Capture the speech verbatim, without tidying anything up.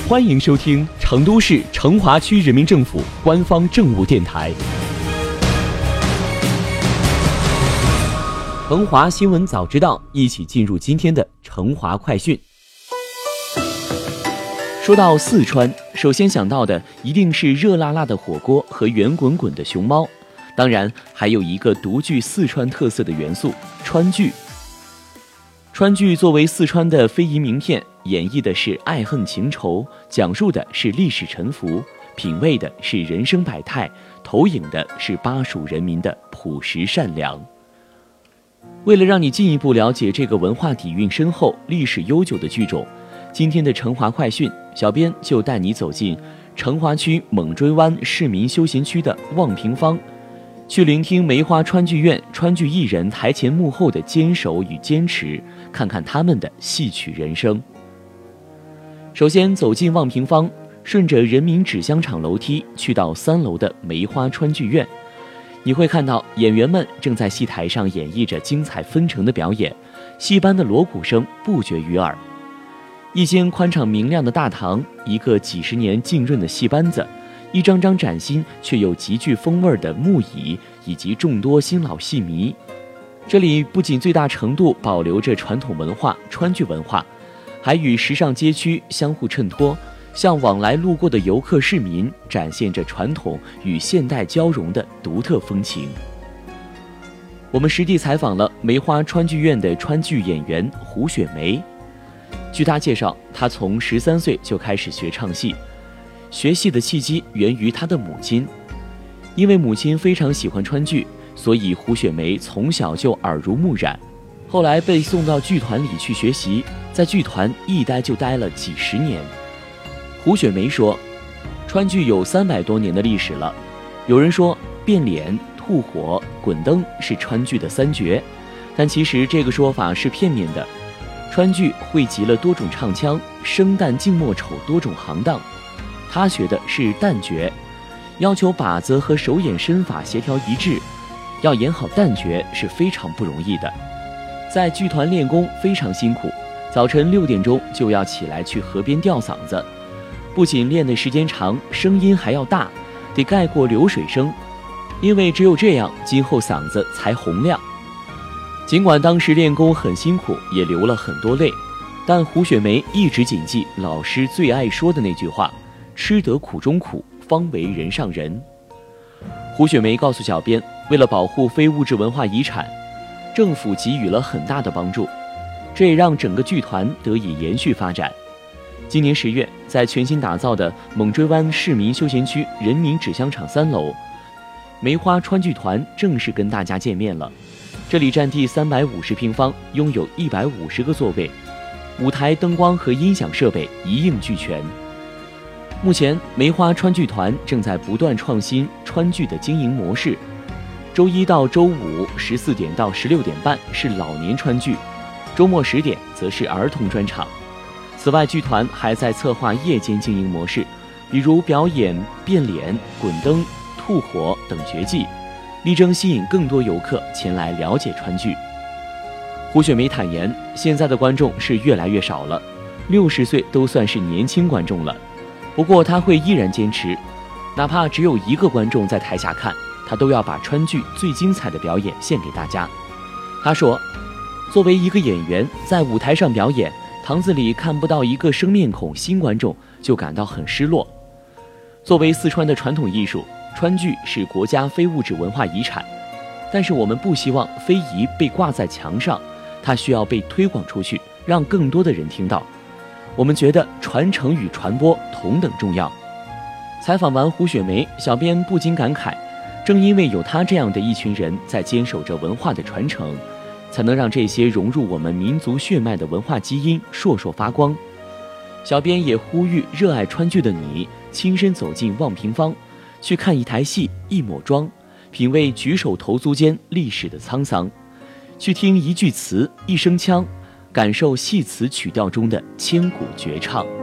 欢迎收听成都市成华区人民政府官方政务电台成华新闻早知道，一起进入今天的成华快讯。说到四川，首先想到的一定是热辣辣的火锅和圆滚滚的熊猫，当然还有一个独具四川特色的元素——川剧。川剧作为四川的非遗名片，演绎的是爱恨情仇，讲述的是历史沉浮，品味的是人生百态，投影的是巴蜀人民的朴实善良。为了让你进一步了解这个文化底蕴深厚、历史悠久的剧种，今天的成华快讯，小编就带你走进成华区猛追湾市民休闲区的望平坊，去聆听梅花川剧院川剧艺人台前幕后的坚守与坚持，看看他们的戏曲人生。首先走进望平坊，顺着人民纸香厂楼梯去到三楼的梅花川剧院，你会看到演员们正在戏台上演绎着精彩纷呈的表演，戏班的锣鼓声不绝于耳。一间宽敞明亮的大堂，一个几十年浸润的戏班子，一张张崭新却又极具风味的木椅，以及众多新老戏迷。这里不仅最大程度保留着传统文化川剧文化，还与时尚街区相互衬托，向往来路过的游客市民展现着传统与现代交融的独特风情。我们实地采访了梅花川剧院的川剧演员胡雪梅。据她介绍，她从十三岁就开始学唱戏，学戏的契机源于她的母亲。因为母亲非常喜欢川剧，所以胡雪梅从小就耳濡目染，后来被送到剧团里去学习，在剧团一待就待了几十年。胡雪梅说，川剧有三百多年的历史了。有人说变脸、吐火、滚灯是川剧的三绝，但其实这个说法是片面的。川剧汇集了多种唱腔，生旦净末丑多种行当。他学的是旦角，要求把子和手眼身法协调一致，要演好旦角是非常不容易的。在剧团练功非常辛苦，早晨六点钟就要起来去河边吊嗓子，不仅练的时间长，声音还要大，得盖过流水声，因为只有这样，今后嗓子才洪亮。尽管当时练功很辛苦，也流了很多泪，但胡雪梅一直谨记老师最爱说的那句话：吃得苦中苦，方为人上人。胡雪梅告诉小编，为了保护非物质文化遗产，政府给予了很大的帮助，这也让整个剧团得以延续发展。今年十月，在全新打造的猛追湾市民休闲区人民纸香厂三楼，梅花川剧团正式跟大家见面了。这里占地三百五十平方，拥有一百五十个座位，舞台、灯光和音响设备一应俱全。目前，梅花川剧团正在不断创新川剧的经营模式。周一到周五十四点到十六点半是老年川剧，周末十点则是儿童专场。此外，剧团还在策划夜间经营模式，比如表演变脸、滚灯、吐火等绝技，力争吸引更多游客前来了解川剧。胡雪梅坦言，现在的观众是越来越少了，六十岁都算是年轻观众了。不过他会依然坚持，哪怕只有一个观众在台下看，他都要把川剧最精彩的表演献给大家。他说，作为一个演员，在舞台上表演，堂子里看不到一个生面孔新观众，就感到很失落。作为四川的传统艺术，川剧是国家非物质文化遗产，但是我们不希望非遗被挂在墙上，它需要被推广出去，让更多的人听到。我们觉得传承与传播同等重要。采访完胡雪梅，小编不禁感慨，正因为有她这样的一群人在坚守着文化的传承，才能让这些融入我们民族血脉的文化基因烁烁发光。小编也呼吁热爱川剧的你，亲身走进望平坊，去看一台戏、一抹妆，品味举手投足间历史的沧桑，去听一句词、一声腔，感受戏词曲调中的千古绝唱。